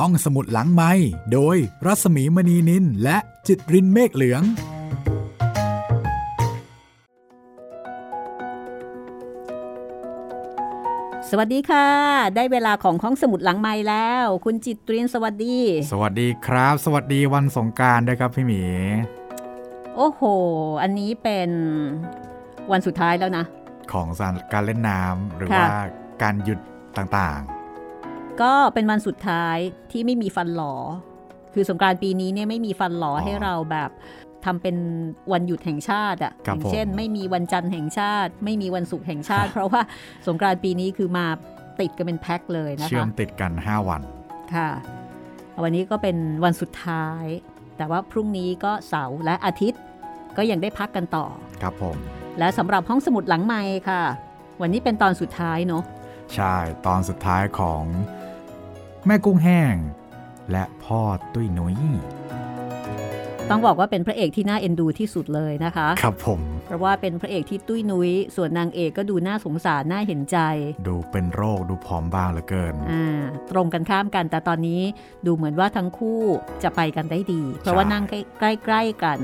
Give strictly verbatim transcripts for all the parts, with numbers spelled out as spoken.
ห้องสมุดหลังไมค์โดยรัศมีมณีนินและจิตรินเมฆเหลืองสวัสดีค่ะได้เวลาของห้องสมุดหลังไมค์แล้วคุณจิตรินสวัสดีสวัสดีครับสวัสดีวันสงกรานต์ด้วยครับพี่หมีโอ้โหอันนี้เป็นวันสุดท้ายแล้วนะของการเล่นน้ำหรือว่าการหยุดต่างๆก็เป็นวันสุดท้ายที่ไม่มีฟันหลอคือสงกรานต์ปีนี้เนี่ยไม่มีฟันหลอให้เราแบบทำเป็นวันหยุดแห่งชาติอ่ะอย่างเช่นไม่มีวันจันทร์แห่งชาติไม่มีวันศุกร์แห่งชาติ เพราะว่าสงกรานต์ปีนี้คือมาติดกันเป็นแพ็คเลยนะคะเชื่อมติดกันห้าวันค่ะวันนี้ก็เป็นวันสุดท้ายแต่ว่าพรุ่งนี้ก็เสาร์และอาทิตย์ก็ยังได้พักกันต่อครับผมและสำหรับห้องสมุดหลังไมค์ค่ะวันนี้เป็นตอนสุดท้ายเนาะใช่ตอนสุดท้ายของแม่กุ้งแห้งและพ่อตุ้ยนุ้ยต้องบอกว่าเป็นพระเอกที่น่าเอ็นดูที่สุดเลยนะคะครับผมเพราะว่าเป็นพระเอกที่ตุ้ยนุ้ยส่วนนางเอกก็ดูน่าสงสารน่าเห็นใจดูเป็นโรคดูผอมบางเหลือเกินอ่าตรงกันข้ามกันแต่ตอนนี้ดูเหมือนว่าทั้งคู่จะไปกันได้ดีเพราะว่านั่งใกล้ๆกัน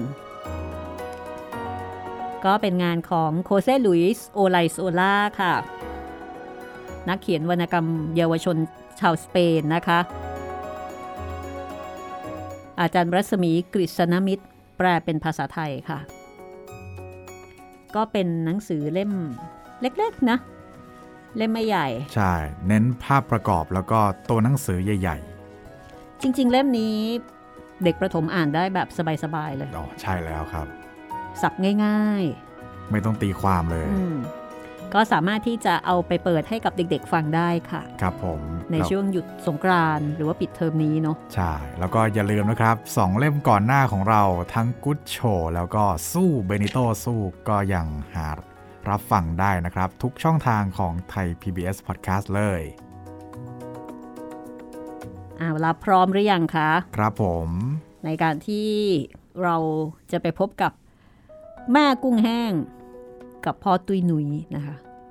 ก็เป็นงานของโคเซ่ลุยส์โอไลโซล่าค่ะนักเขียนวรรณกรรมเยาวชนชาวสเปนนะคะอาจารย์รัศมีกฤษณมิตรแปลเป็นภาษาไทยค่ะก็เป็นหนังสือเล่มเล็กๆนะเล่มไม่ใหญ่ใช่เน้นภาพประกอบแล้วก็ตัวหนังสือใหญ่ๆจริงๆเล่มนี้เด็กประถมอ่านได้แบบสบายๆเลยอ๋อใช่แล้วครับสับง่ายๆไม่ต้องตีความเลยก็สามารถที่จะเอาไปเปิดให้กับเด็กๆฟังได้ค่ะครับผมในช่วงหยุดสงกรานต์หรือว่าปิดเทอมนี้เนาะใช่แล้วก็อย่าลืมนะครับสองเล่มก่อนหน้าของเราทั้งกุ๊ดโชแล้วก็สู้เบนิโตสู้ก็ยังหารับฟังได้นะครับทุกช่องทางของไทย พี บี เอส Podcast เลยเอาล่ะพร้อมหรือยังคะครับผมในการที่เราจะไปพบกับแม่กุ้งแห้งกับพ่อตุ้ยหนุยนะคะ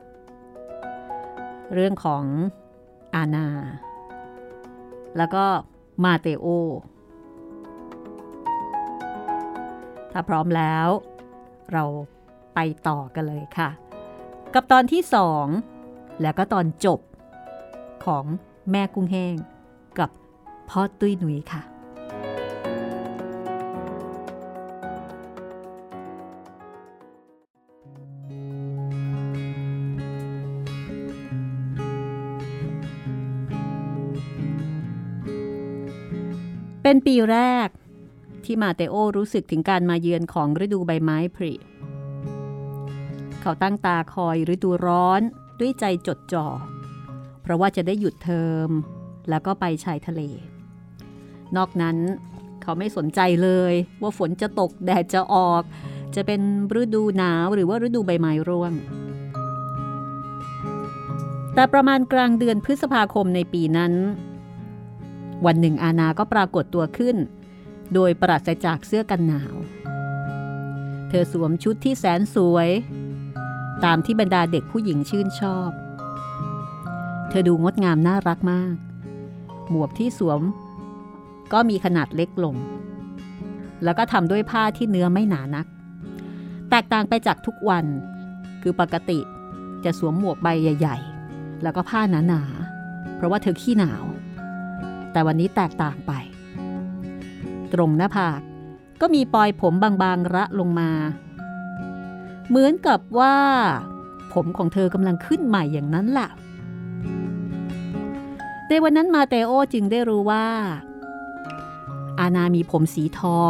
เรื่องของอาณาแล้วก็มาเตโอถ้าพร้อมแล้วเราไปต่อกันเลยค่ะกับตอนที่สองแล้วก็ตอนจบของแม่กุ้งแห้งกับพ่อตุ้ยหนุยค่ะเป็นปีแรกที่มาเตโอรู้สึกถึงการมาเยือนของฤดูใบไม้ผลิเขาตั้งตาคอยฤดูร้อนด้วยใจจดจ่อเพราะว่าจะได้หยุดเทอมแล้วก็ไปชายทะเลนอกนั้นเขาไม่สนใจเลยว่าฝนจะตกแดดจะออกจะเป็นฤดูหนาวหรือว่าฤดูใบไม้ร่วงแต่ประมาณกลางเดือนพฤษภาคมในปีนั้นวันหนึ่งอาณาก็ปรากฏตัวขึ้นโดยปราศจากเสื้อกันหนาวเธอสวมชุดที่แสนสวยตามที่บรรดาเด็กผู้หญิงชื่นชอบเธอดูงดงามน่ารักมากหมวกที่สวมก็มีขนาดเล็กลงแล้วก็ทำด้วยผ้าที่เนื้อไม่หนานักแตกต่างไปจากทุกวันคือปกติจะสวมหมวกใบใหญ่ๆแล้วก็ผ้าหนาๆเพราะว่าเธอขี้หนาวแต่วันนี้แตกต่างไปตรงหน้าผากก็มีปลอยผมบางๆระลงมาเหมือนกับว่าผมของเธอกำลังขึ้นใหม่อย่างนั้นล่ะในวันนั้นมาเตโอจึงได้รู้ว่าอาณามีผมสีทอง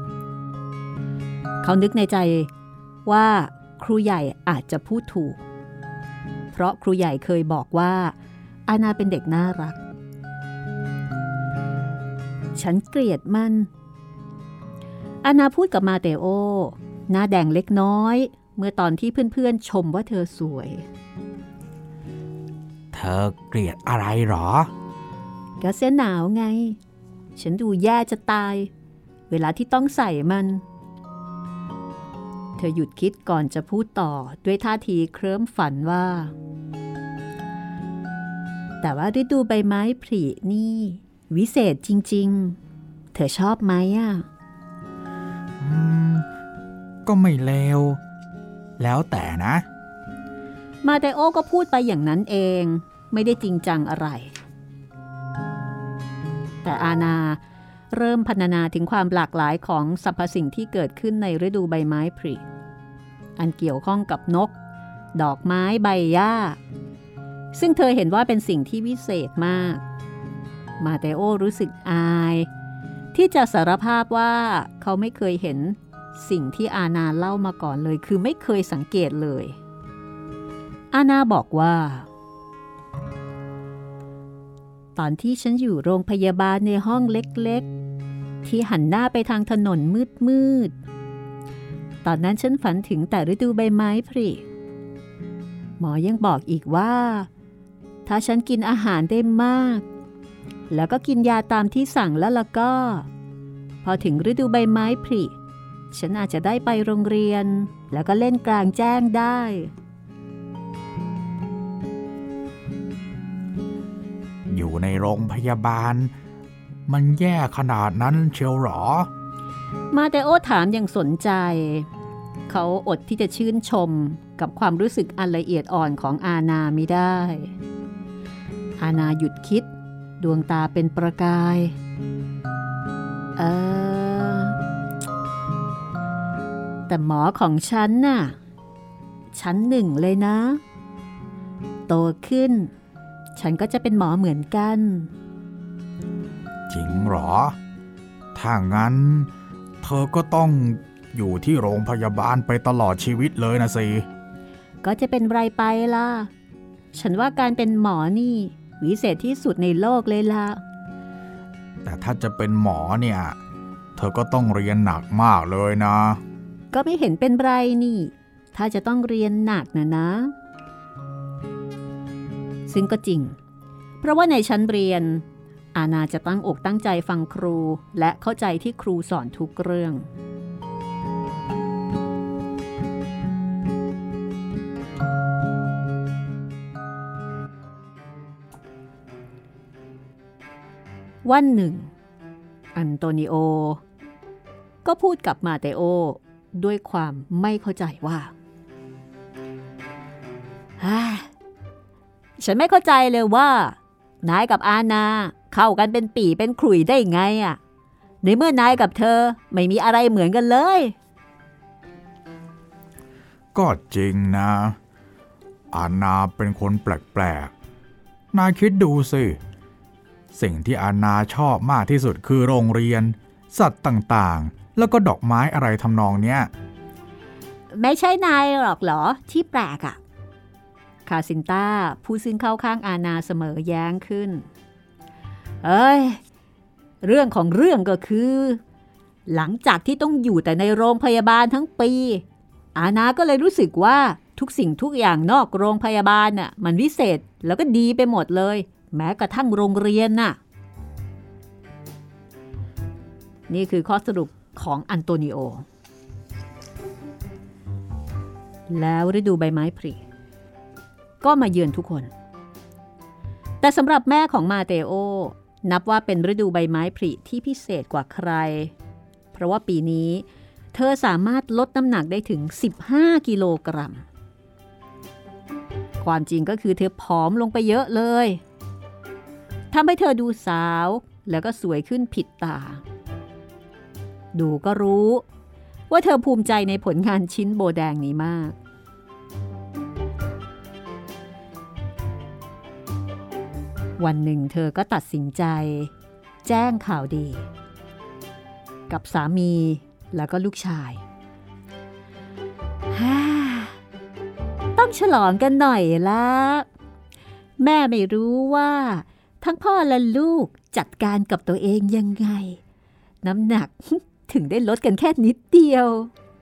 เขานึกในใจว่าครูใหญ่อาจจะพูดถูกเพราะครูใหญ่เคยบอกว่าอาณาเป็นเด็กน่ารักฉันเกลียดมันอาณาพูดกับมาเตโอหน้าแดงเล็กน้อยเมื่อตอนที่เพื่อนๆชมว่าเธอสวยเธอเกลียดอะไรหรอก็เสื้อหนาวไงฉันดูแย่จะตายเวลาที่ต้องใส่มัน เธอหยุดคิดก่อนจะพูดต่อด้วยท่าทีเคลิ้มฝันว่าแต่ว่าฤดูใบไม้ผลินี่วิเศษจริงๆเธอชอบไหมอ่ะอืมก็ไม่เลวแล้วแต่นะมาเตโอก็พูดไปอย่างนั้นเองไม่ได้จริงจังอะไรแต่อาณาเริ่มพรรณนาถึงความหลากหลายของสรรพสิ่งที่เกิดขึ้นในฤดูใบไม้ผลิอันเกี่ยวข้องกับนกดอกไม้ใบหญ้าซึ่งเธอเห็นว่าเป็นสิ่งที่วิเศษมากมาเตโอรู้สึกอายที่จะสารภาพว่าเขาไม่เคยเห็นสิ่งที่อาณาเล่ามาก่อนเลยคือไม่เคยสังเกตเลยอาณาบอกว่าตอนที่ฉันอยู่โรงพยาบาลในห้องเล็กๆที่หันหน้าไปทางถนนมืดๆตอนนั้นฉันฝันถึงแต่ฤดูใบไม้ผลิหมอยังบอกอีกว่าถ้าฉันกินอาหารได้มากแล้วก็กินยาตามที่สั่งแล้วล่ะก็พอถึงฤดูใบไม้ผลิฉันอาจจะได้ไปโรงเรียนแล้วก็เล่นกลางแจ้งได้อยู่ในโรงพยาบาลมันแย่ขนาดนั้นเชียวหรอมาเตโอถามอย่างสนใจเขาอดที่จะชื่นชมกับความรู้สึกอันละเอียดอ่อนของอาณาไม่ได้อาณาหยุดคิดดวงตาเป็นประกายเออแต่หมอของฉันน่ะชั้นหนึ่งเลยนะโตขึ้นฉันก็จะเป็นหมอเหมือนกันจริงหรอถ้างั้นเธอก็ต้องอยู่ที่โรงพยาบาลไปตลอดชีวิตเลยนะสิก็จะเป็นไรไปล่ะฉันว่าการเป็นหมอนี่วิเศษที่สุดในโลกเลยล่ะแต่ถ้าจะเป็นหมอเนี่ยเธอก็ต้องเรียนหนักมากเลยนะก็ไม่เห็นเป็นไรนี่ถ้าจะต้องเรียนหนักนะนะซึ่งก็จริงเพราะว่าในชั้นเรียนอาณาจะตั้งอกตั้งใจฟังครูและเข้าใจที่ครูสอนทุกเรื่องวันหนึ่งอันโตนิโอก็พูดกับมาเตโอด้วยความไม่เข้าใจว่าฮ่าฉันไม่เข้าใจเลยว่านายกับอาณาเข้ากันเป็นปี่เป็นขลุ่ยได้ไงอ่ะในเมื่อนายกับเธอไม่มีอะไรเหมือนกันเลยก็จริงนะอาณาเป็นคนแปลกๆนายคิดดูสิสิ่งที่อาณาชอบมากที่สุดคือโรงเรียนสัตว์ต่างๆแล้วก็ดอกไม้อะไรทำนองเนี้ยไม่ใช่นายหรอกเหรอที่แปลกอ่ะคาซินต้าผู้ซึ่งเข้าข้างอาณาเสมอแย้งขึ้นเอ้ยเรื่องของเรื่องก็คือหลังจากที่ต้องอยู่แต่ในโรงพยาบาลทั้งปีอาณาก็เลยรู้สึกว่าทุกสิ่งทุกอย่างนอกโรงพยาบาลน่ะมันวิเศษแล้วก็ดีไปหมดเลยแม้กระทั่งโรงเรียนน่ะนี่คือข้อสรุปของอันโตนิโอแล้วฤดูใบไม้ผลิก็มาเยือนทุกคนแต่สำหรับแม่ของมาเตโอนับว่าเป็นฤดูใบไม้ผลิที่พิเศษกว่าใครเพราะว่าปีนี้เธอสามารถลดน้ำหนักได้ถึงสิบห้ากิโลกรัมความจริงก็คือเธอผอมลงไปเยอะเลยทำให้เธอดูสาวแล้วก็สวยขึ้นผิดตาดูก็รู้ว่าเธอภูมิใจในผลงานชิ้นโบแดงนี้มากวันหนึ่งเธอก็ตัดสินใจแจ้งข่าวดีกับสามีแล้วก็ลูกชายต้องฉลองกันหน่อยละแม่ไม่รู้ว่าทั้งพ่อและลูกจัดการกับตัวเองยังไงน้ำหนักถึงได้ลดกันแค่นิดเดียว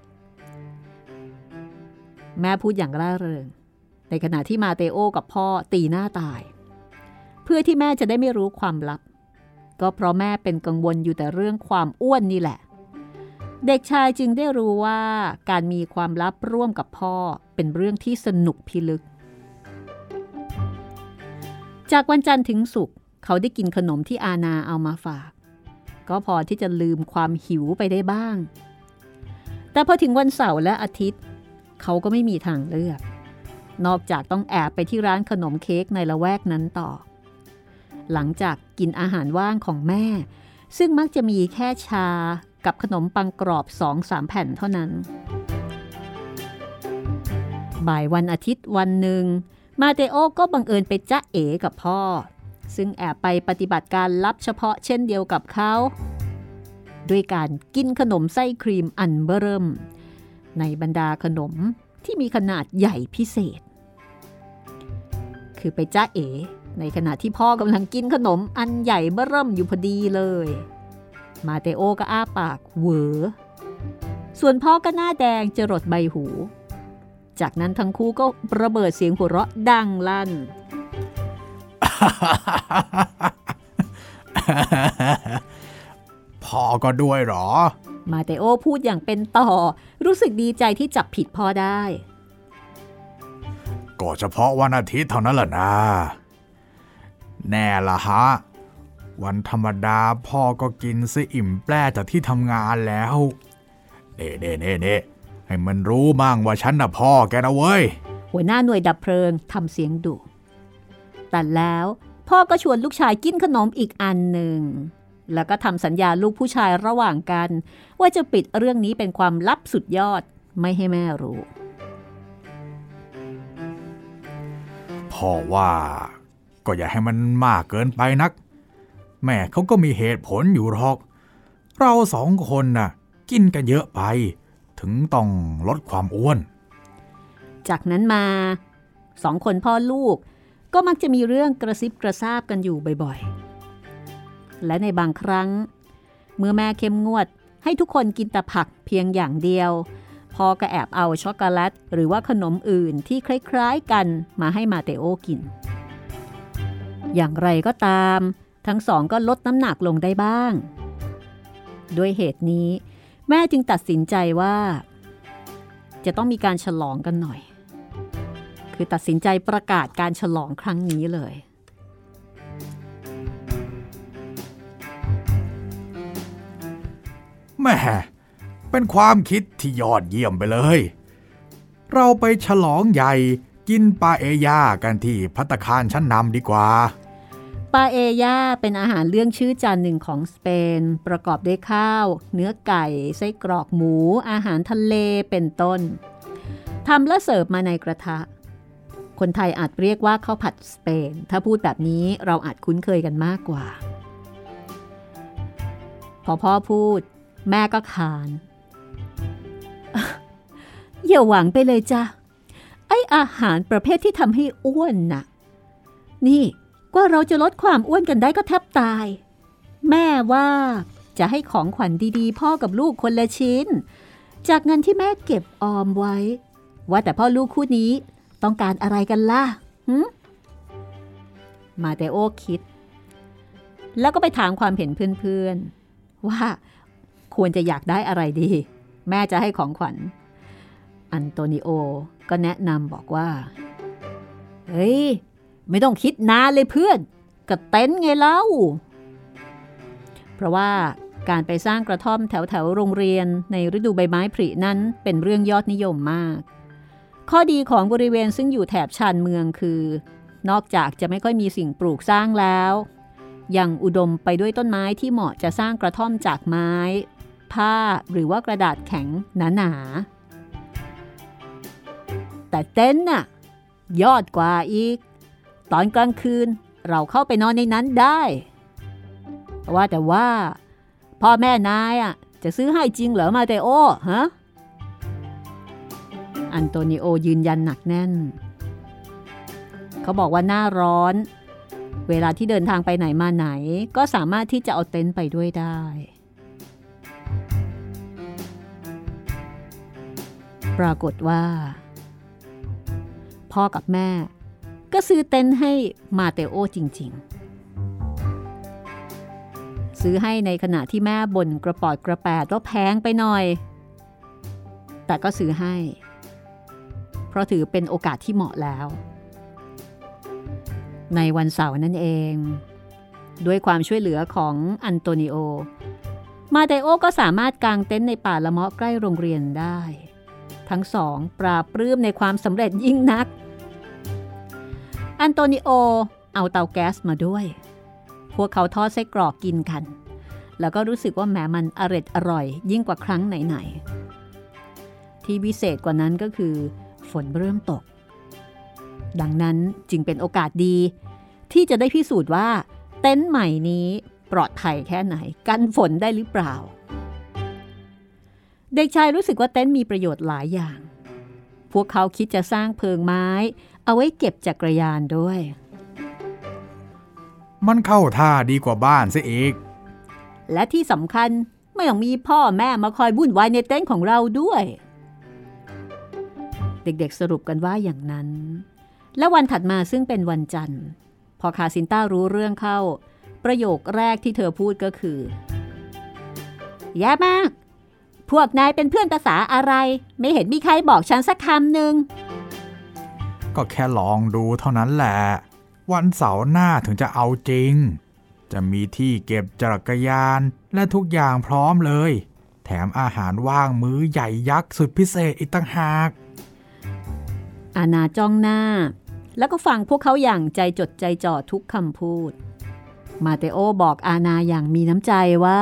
แม่พูดอย่างร่าเริงในขณะที่มาเตโอกับพ่อตีหน้าตายเพื่อที่แม่จะได้ไม่รู้ความลับก็เพราะแม่เป็นกังวลอยู่แต่เรื่องความอ้วนนี่แหละเด็กชายจึงได้รู้ว่าการมีความลับร่วมกับพ่อเป็นเรื่องที่สนุกพิลึกจากวันจันทร์ถึงศุกร์เขาได้กินขนมที่อาณาเอามาฝากก็พอที่จะลืมความหิวไปได้บ้างแต่พอถึงวันเสาร์และอาทิตย์เขาก็ไม่มีทางเลือกนอกจากต้องแอบไปที่ร้านขนมเค้กในละแวกนั้นต่อหลังจากกินอาหารว่างของแม่ซึ่งมักจะมีแค่ชากับขนมปังกรอบ สองสาม แผ่นเท่านั้นบ่ายวันอาทิตย์วันหนึ่งมาเตโอก็บังเอิญไปจ๊ะเอ๋กับพ่อซึ่งแอบไปปฏิบัติการลับเฉพาะเช่นเดียวกับเขาด้วยการกินขนมไส้ครีมอันเบ้อเริ่มในบรรดาขนมที่มีขนาดใหญ่พิเศษคือไปจ๊ะเอ๋ในขณะที่พ่อกำลังกินขนมอันใหญ่เบ้อเริ่มอยู่พอดีเลยมาเตโอก็อ้าปากเหวอส่วนพ่อก็หน้าแดงจรดใบหูจากนั้นทั้งคู่ก็ระเบิดเสียงหัวเราะดังลั่นพ่อก็ด้วยหรอมาเตโอพูดอย่างเป็นต่อรู้สึกดีใจที่จับผิดพ่อได้ก็เฉพาะวันอาทิตย์เท่านั้นแหละนะแน่ละฮะวันธรรมดาพ่อก็กินซะอิ่มแปร่จากที่ทำงานแล้วเน่เน่เน่เน่ให้มันรู้บ้างว่าฉันน่ะพ่อแกนะเว้ยหัวหน้าหน่วยดับเพลิงทำเสียงดุแต่แล้วพ่อก็ชวนลูกชายกินขนมอีกอันหนึ่งแล้วก็ทำสัญญาลูกผู้ชายระหว่างกันว่าจะปิดเรื่องนี้เป็นความลับสุดยอดไม่ให้แม่รู้พ่อว่าก็อย่าให้มันมากเกินไปนักแม่เขาก็มีเหตุผลอยู่หรอกเราสองคนน่ะกินกันเยอะไปถึงต้องลดความอ้วนจากนั้นมาสองคนพ่อลูกก็มักจะมีเรื่องกระซิบกระซาบกันอยู่บ่อยๆและในบางครั้งเมื่อแม่เข้มงวดให้ทุกคนกินแต่ผักเพียงอย่างเดียวพ่อก็แอบเอาช็อกโกแลตหรือว่าขนมอื่นที่คล้ายๆกันมาให้มาเตโอกินอย่างไรก็ตามทั้งสองก็ลดน้ำหนักลงได้บ้างด้วยเหตุนี้แม่จึงตัดสินใจว่าจะต้องมีการฉลองกันหน่อยคือตัดสินใจประกาศการฉลองครั้งนี้เลยแม่เป็นความคิดที่ยอดเยี่ยมไปเลยเราไปฉลองใหญ่กินปาเอย่ากันที่ภัตตาคารชั้นนำดีกว่าปาเอย่าเป็นอาหารเรื่องชื่อจานหนึ่งของสเปนประกอบด้วยข้าวเนื้อไก่ไส้กรอกหมูอาหารทะเลเป็นต้นทำและเสิร์ฟมาในกระทะคนไทยอาจเรียกว่าข้าวผัดสเปนถ้าพูดแบบนี้เราอาจคุ้นเคยกันมากกว่าพอพ่อพูดแม่ก็ขานอย่าหวังไปเลยจ้ะไอ้อาหารประเภทที่ทำให้อ้วนน่ะนี่กว่าเราจะลดความอ้วนกันได้ก็แทบตายแม่ว่าจะให้ของขวัญดีๆพ่อกับลูกคนละชิ้นจากเงินที่แม่เก็บออมไว้ว่าแต่พ่อลูกคู่นี้ต้องการอะไรกันล่ะหึมาเตโอคิดแล้วก็ไปถามความเห็นเพื่อนๆว่าควรจะอยากได้อะไรดีแม่จะให้ของขวัญอันโตนิโอก็แนะนำบอกว่าเฮ้ยไม่ต้องคิดนานเลยเพื่อนกับเต็นท์ไงเล่าเพราะว่าการไปสร้างกระท่อมแถวแถวโรงเรียนในฤดูใบไม้ผลินั้นเป็นเรื่องยอดนิยมมากข้อดีของบริเวณซึ่งอยู่แถบชานเมืองคือนอกจากจะไม่ค่อยมีสิ่งปลูกสร้างแล้วยังอุดมไปด้วยต้นไม้ที่เหมาะจะสร้างกระท่อมจากไม้ผ้าหรือว่ากระดาษแข็งหนาๆแต่เต็นท์น่ะยอดกว่าอีกตอนกลางคืนเราเข้าไปนอนในนั้นได้ว่าแต่ว่าพ่อแม่นายอ่ะจะซื้อให้จริงเหรอมาเตโอฮะอันโตนิโอยืนยันหนักแน่นเขาบอกว่าหน้าร้อนเวลาที่เดินทางไปไหนมาไหนก็สามารถที่จะเอาเต็นท์ไปด้วยได้ปรากฏว่าพ่อกับแม่ก็ซื้อเต็นท์ให้มาเตโอจริงๆซื้อให้ในขณะที่แม่บ่นกระปอดกระแปดว่าแพงไปหน่อยแต่ก็ซื้อให้เพราะถือเป็นโอกาสที่เหมาะแล้วในวันเสาร์นั่นเองด้วยความช่วยเหลือของอันโตนิโอมาเตโอก็สามารถกางเต็นท์ในป่าละเมาะใกล้โรงเรียนได้ทั้งสองปราบปลื้มในความสำเร็จยิ่งนักอันโตนิโอเอาเตาแก๊สมาด้วยพวกเขาทอดไส้กรอกกินกันแล้วก็รู้สึกว่าแหมมันอร่อยอร่อยยิ่งกว่าครั้งไหนๆที่วิเศษกว่านั้นก็คือฝนเริ่มตกดังนั้นจึงเป็นโอกาสดีที่จะได้พิสูจน์ว่าเต็นท์ใหม่นี้ปลอดภัยแค่ไหนกันฝนได้หรือเปล่าเด็กชายรู้สึกว่าเต็นท์มีประโยชน์หลายอย่างพวกเขาคิดจะสร้างเพิงไม้เอาไว้เก็บจักรยานด้วยมันเข้าท่าดีกว่าบ้านซะอีกและที่สำคัญไม่ต้องมีพ่อแม่มาคอยวุ่นวายในเต็นท์ของเราด้วยเด็กๆสรุปกันว่าอย่างนั้นและวันถัดมาซึ่งเป็นวันจันทร์พอคาซินต้ารู้เรื่องเข้าประโยคแรกที่เธอพูดก็คือแย่มากพวกนายเป็นเพื่อนภาษาอะไรไม่เห็นมีใครบอกฉันสักคำหนึ่งก็แค่ลองดูเท่านั้นแหละวันเสาร์หน้าถึงจะเอาจริงจะมีที่เก็บจักรยานและทุกอย่างพร้อมเลยแถมอาหารว่างมื้อใหญ่ยักษ์สุดพิเศษอีกต่างหากอาณาจ้องหน้าแล้วก็ฟังพวกเขาอย่างใจจดใจจ่อทุกคำพูดมาเตโอบอกอาณาอย่างมีน้ำใจว่า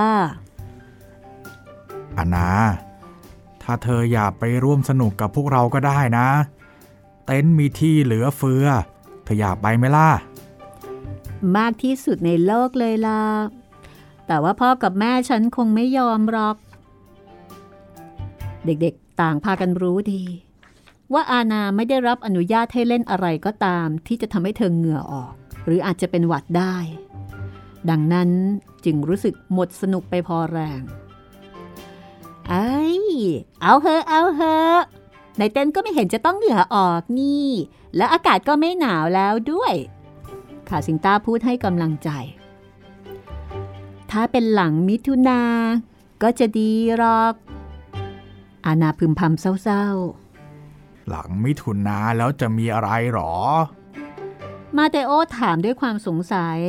อาณาถ้าเธออยากไปร่วมสนุกกับพวกเราก็ได้นะเต็นท์มีที่เหลือเฟือเธออยากไปไหมล่ะมากที่สุดในโลกเลยล่ะแต่ว่าพ่อกับแม่ฉันคงไม่ยอมหรอกเด็กๆต่างพากันรู้ดีว่าอาณาไม่ได้รับอนุญาตให้เล่นอะไรก็ตามที่จะทำให้เธอเหงื่อออกหรืออาจจะเป็นหวัดได้ดังนั้นจึงรู้สึกหมดสนุกไปพอแรงไอ้เอาเถอะเอาเถอะในเต็นท์ก็ไม่เห็นจะต้องเหงื่อออกนี่และอากาศก็ไม่หนาวแล้วด้วยคาซินต้าพูดให้กำลังใจถ้าเป็นหลังมิถุนาก็จะดีหรอกอาณาพึมพำเศร้าๆหลังมิถุนาแล้วจะมีอะไรหรอมาเตโอถามด้วยความสงสัย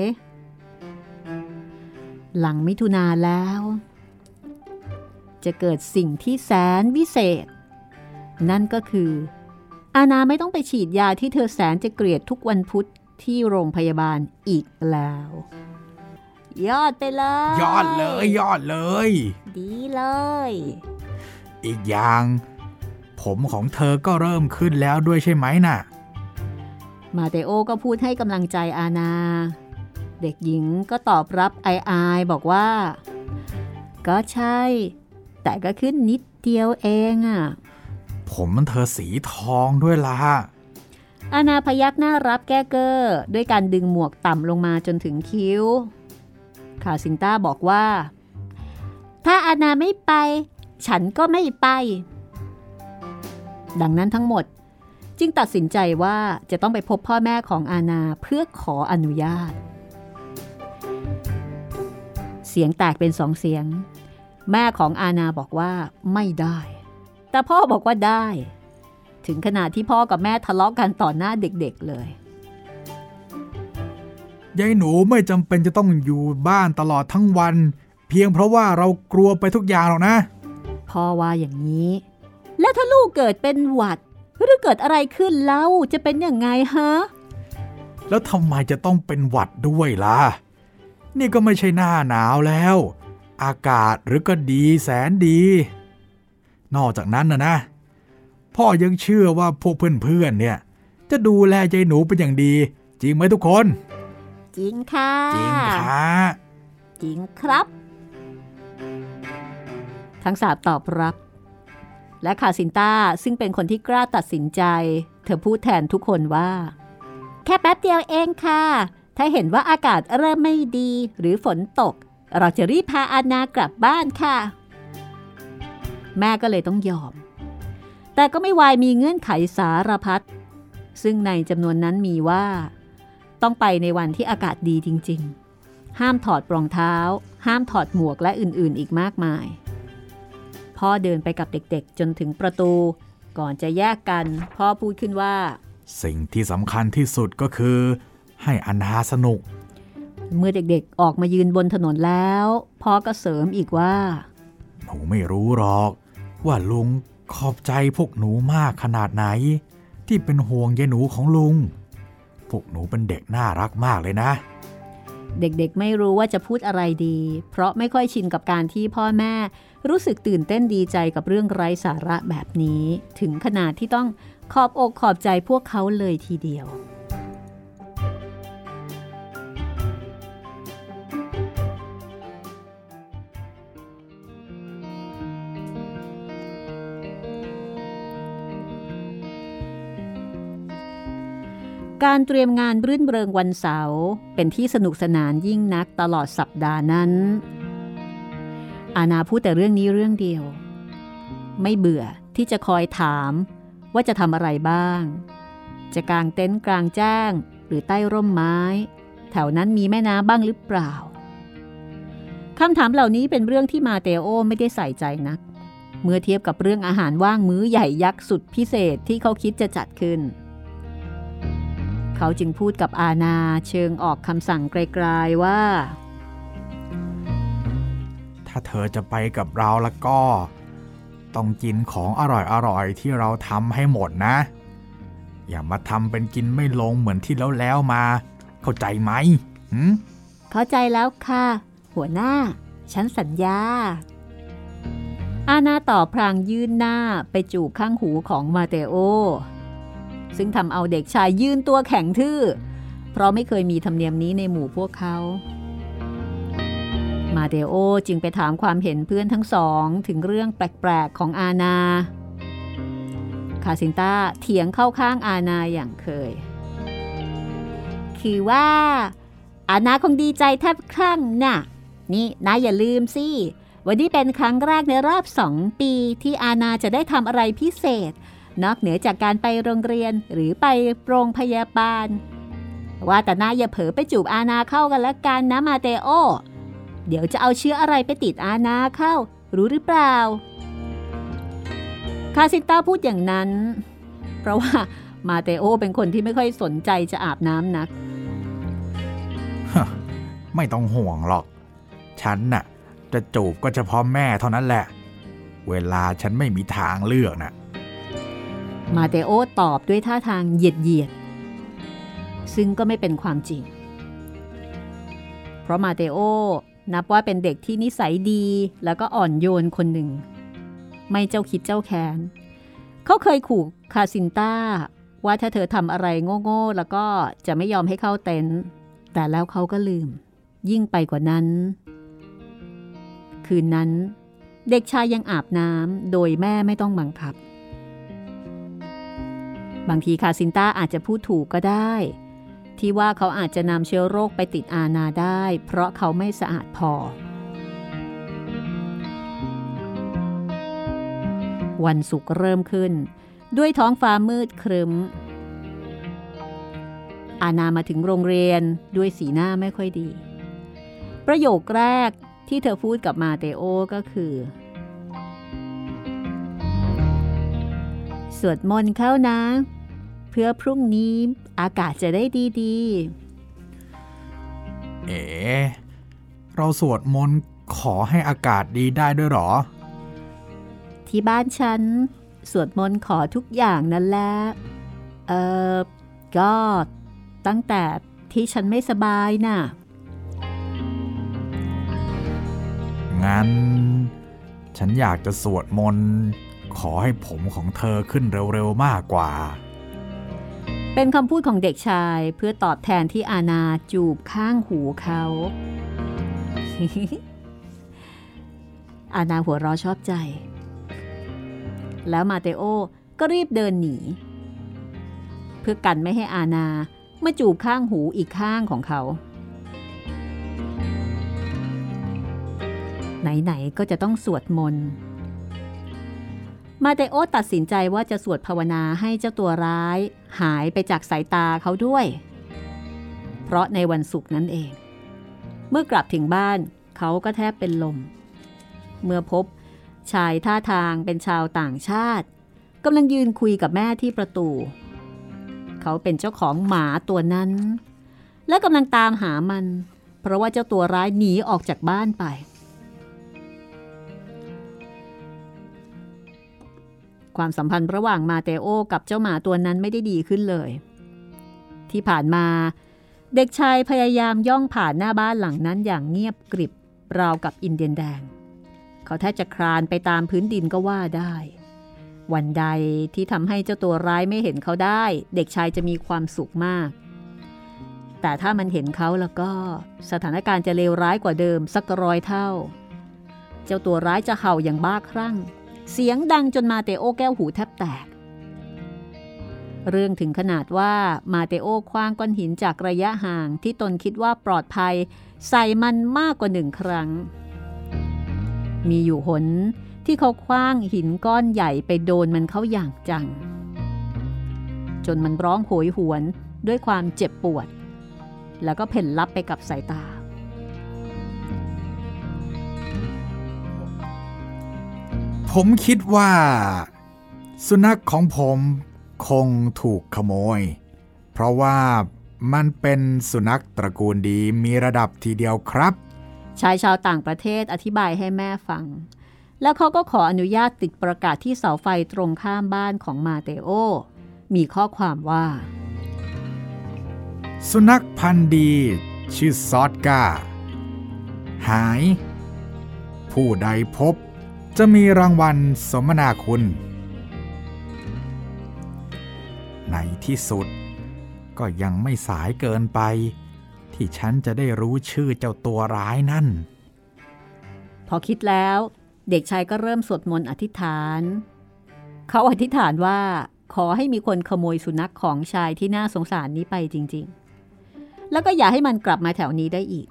หลังมิถุนาแล้วจะเกิดสิ่งที่แสนวิเศษนั่นก็คืออาณาไม่ต้องไปฉีดยาที่เธอแสนจะเกลียดทุกวันพุธที่โรงพยาบาลอีกแล้วยอดไปเลยยอดเลยยอดเลยดีเลยอีกอย่างผมของเธอก็เริ่มขึ้นแล้วด้วยใช่ไหมน่ะมาเตโอก็พูดให้กำลังใจอาณาเด็กหญิงก็ตอบรับอายๆบอกว่าก็ใช่แต่ก็ขึ้นนิดเดียวเองอ่ะผมมันเธอสีทองด้วยล่ะอาณาพยักหน้ารับแก้เก้อด้วยการดึงหมวกต่ำลงมาจนถึงคิ้วคาซินต้าบอกว่าถ้าอาณาไม่ไปฉันก็ไม่ไปดังนั้นทั้งหมดจึงตัดสินใจว่าจะต้องไปพบพ่อแม่ของอาณาเพื่อขออนุญาตเสียงแตกเป็นสองเสียงแม่ของอาณาบอกว่าไม่ได้แต่พ่อบอกว่าได้ถึงขนาดที่พ่อกับแม่ทะเลาะกันต่อหน้าเด็กๆเลยยายหนูไม่จำเป็นจะต้องอยู่บ้านตลอดทั้งวันเพียงเพราะว่าเรากลัวไปทุกอย่างหรอกนะพ่อว่าอย่างนี้แล้วถ้าลูกเกิดเป็นหวัดหรือเกิดอะไรขึ้นเล่าจะเป็นยังไงฮะแล้วทำไมจะต้องเป็นหวัดด้วยล่ะนี่ก็ไม่ใช่หน้าหนาวแล้วอากาศหรือก็ดีแสนดีนอกจากนั้นนะนะพ่อยังเชื่อว่าพวกเพื่อนๆเนี่ยจะดูแลยายหนูเป็นอย่างดีจริงไหมทุกคนจริงค่ะจริงค่ะจริงครับทั้งสามตอบรับและคาซินต้าซึ่งเป็นคนที่กล้าตัดสินใจเธอพูดแทนทุกคนว่าแค่แป๊บเดียวเองค่ะถ้าเห็นว่าอากาศเริ่มไม่ดีหรือฝนตกเราจะรีบพาอาณากลับบ้านค่ะแม่ก็เลยต้องยอมแต่ก็ไม่วายมีเงื่อนไขสารพัดซึ่งในจำนวนนั้นมีว่าต้องไปในวันที่อากาศดีจริงๆห้ามถอดรองเท้าห้ามถอดหมวกและอื่นๆอีกมากมายพ่อเดินไปกับเด็กๆจนถึงประตูก่อนจะแยกกันพ่อพูดขึ้นว่าสิ่งที่สำคัญที่สุดก็คือให้อาณาสนุกเมื่อเด็กๆออกมายืนบนถนนแล้วพ่อก็เสริมอีกว่าหนูไม่รู้หรอกว่าลุงขอบใจพวกหนูมากขนาดไหนที่เป็นห่วงยายหนูของลุงพวกหนูเป็นเด็กน่ารักมากเลยนะเด็กๆไม่รู้ว่าจะพูดอะไรดีเพราะไม่ค่อยชินกับการที่พ่อแม่รู้สึกตื่นเต้นดีใจกับเรื่องไร้สาระแบบนี้ถึงขนาดที่ต้องขอบอกขอบใจพวกเขาเลยทีเดียวการเตรียมงานรื่นเริงวันเสาร์เป็นที่สนุกสนานยิ่งนักตลอดสัปดาห์นั้นอาณาพูดแต่เรื่องนี้เรื่องเดียวไม่เบื่อที่จะคอยถามว่าจะทำอะไรบ้างจะกางเต็นท์กลางแจ้งหรือใต้ร่มไม้แถวนั้นมีแม่น้ำบ้างหรือเปล่าคำถามเหล่านี้เป็นเรื่องที่มาเตโอไม่ได้ใส่ใจนักเมื่อเทียบกับเรื่องอาหารว่างมื้อใหญ่ยักษ์สุดพิเศษที่เขาคิดจะจัดขึ้นเขาจึงพูดกับอาณาเชิงออกคำสั่งไกลๆว่าถ้าเธอจะไปกับเราแล้วก็ต้องกินของอร่อยๆที่เราทำให้หมดนะอย่ามาทำเป็นกินไม่ลงเหมือนที่แล้วแล้วมาเข้าใจไหมหืมเข้าใจแล้วค่ะหัวหน้าฉันสัญญาอาณาตอบพลางยื่นหน้าไปจูบข้างหูของมาเตโอซึ่งทำเอาเด็กชายยืนตัวแข็งทื่อเพราะไม่เคยมีธรรมเนียมนี้ในหมู่พวกเขามาเตโอจึงไปถามความเห็นเพื่อนทั้งสองถึงเรื่องแปลกๆของอาณาคาซินต้าเถียงเข้าข้างอาณาอย่างเคยคือว่าอาณาคงดีใจแทบคลั่งน่ะนี่นายอย่าลืมสิวันนี้เป็นครั้งแรกในรอบสองปีที่อาณาจะได้ทำอะไรพิเศษนอกเหนือจากการไปโรงเรียนหรือไปโรงพยาบาลว่าแต่นายอย่าเผลอไปจูบอาณาเข้ากันละกันนะมาเตโอเดี๋ยวจะเอาเชื้ออะไรไปติดอาณาเข้ารู้หรือเปล่าคาซิต้าพูดอย่างนั้นเพราะว่ามาเตโอเป็นคนที่ไม่ค่อยสนใจจะอาบน้ำนักไม่ต้องห่วงหรอกฉันน่ะจะจูบก็เฉพาะแม่เท่านั้นแหละเวลาฉันไม่มีทางเลือกน่ะมาเตโอตอบด้วยท่าทางเหยียดเหยียดซึ่งก็ไม่เป็นความจริงเพราะมาเตโอนับว่าเป็นเด็กที่นิสัยดีแล้วก็อ่อนโยนคนหนึ่งไม่เจ้าคิดเจ้าแค้นเขาเคยขู่คาซินต้าว่าถ้าเธอทำอะไรโง่ๆแล้วก็จะไม่ยอมให้เข้าเต็นท์แต่แล้วเขาก็ลืมยิ่งไปกว่านั้นคืนนั้นเด็กชายยังอาบน้ำโดยแม่ไม่ต้องบังคับบางทีคาซินต้าอาจจะพูดถูกก็ได้ที่ว่าเขาอาจจะนำเชื้อโรคไปติดอาณาได้เพราะเขาไม่สะอาดพอวันศุกร์เริ่มขึ้นด้วยท้องฟ้ามืดครึ้มอาณามาถึงโรงเรียนด้วยสีหน้าไม่ค่อยดีประโยคแรกที่เธอพูดกับมาเตโอก็คือสวดมนต์เข้านะเพื่อพรุ่งนี้อากาศจะได้ดีๆเอ๋เราสวดมนต์ขอให้อากาศดีได้ด้วยหรอที่บ้านฉันสวดมนต์ขอทุกอย่างนั่นแหละเออก็ตั้งแต่ที่ฉันไม่สบายน่ะงั้นฉันอยากจะสวดมนต์ขอให้ผมของเธอขึ้นเร็วๆมากกว่าเป็นคำพูดของเด็กชายเพื่อตอบแทนที่อาณาจูบข้างหูเขา อาณาหัวเราะชอบใจแล้วมาเตโอก็รีบเดินหนีเพื่อกันไม่ให้อาณามาจูบข้างหูอีกข้างของเขาไหนๆก็จะต้องสวดมนต์มาเตโอตัดสินใจว่าจะสวดภาวนาให้เจ้าตัวร้ายหายไปจากสายตาเขาด้วยเพราะในวันศุกร์นั้นเองเมื่อกลับถึงบ้านเขาก็แทบเป็นลมเมื่อพบชายท่าทางเป็นชาวต่างชาติกำลังยืนคุยกับแม่ที่ประตูเขาเป็นเจ้าของหมาตัวนั้นและกำลังตามหามันเพราะว่าเจ้าตัวร้ายหนีออกจากบ้านไปความสัมพันธ์ระหว่างมาเตโอกับเจ้าหมาตัวนั้นไม่ได้ดีขึ้นเลยที่ผ่านมาเด็กชายพยายามย่องผ่านหน้าบ้านหลังนั้นอย่างเงียบกริบราวกับอินเดียนแดงเขาแทบจะคลานไปตามพื้นดินก็ว่าได้วันใดที่ทำให้เจ้าตัวร้ายไม่เห็นเขาได้เด็กชายจะมีความสุขมากแต่ถ้ามันเห็นเขาแล้วก็สถานการณ์จะเลวร้ายกว่าเดิมสักร้อยเท่าเจ้าตัวร้ายจะเห่าอย่างบ้าคลั่งเสียงดังจนมาเตโอแก้วหูแทบแตกเรื่องถึงขนาดว่ามาเตโอคว้างก้อนหินจากระยะห่างที่ตนคิดว่าปลอดภัยใส่มันมากกว่าหนึ่งครั้งมีอยู่หนที่เขาคว้างหินก้อนใหญ่ไปโดนมันเข้าอย่างจังจนมันร้องโหยหวนด้วยความเจ็บปวดแล้วก็เพ่นลับไปกับสายตาผมคิดว่าสุนัขของผมคงถูกขโมยเพราะว่ามันเป็นสุนัขตระกูลดีมีระดับทีเดียวครับชายชาวต่างประเทศอธิบายให้แม่ฟังแล้วเขาก็ขออนุญาตติดประกาศที่เสาไฟตรงข้ามบ้านของมาเตโอมีข้อความว่าสุนัขพันธุ์ดีชื่อซอดก้าหายผู้ใดพบจะมีรางวัลสมนาคุณในที่สุดก็ยังไม่สายเกินไปที่ฉันจะได้รู้ชื่อเจ้าตัวร้ายนั่นพอคิดแล้วเด็กชายก็เริ่มสวดมนต์อธิษฐานเขาอธิษฐานว่าขอให้มีคนขโมยสุนัขของชายที่น่าสงสารนี้ไปจริงๆแล้วก็อย่าให้มันกลับมาแถวนี้ได้อีก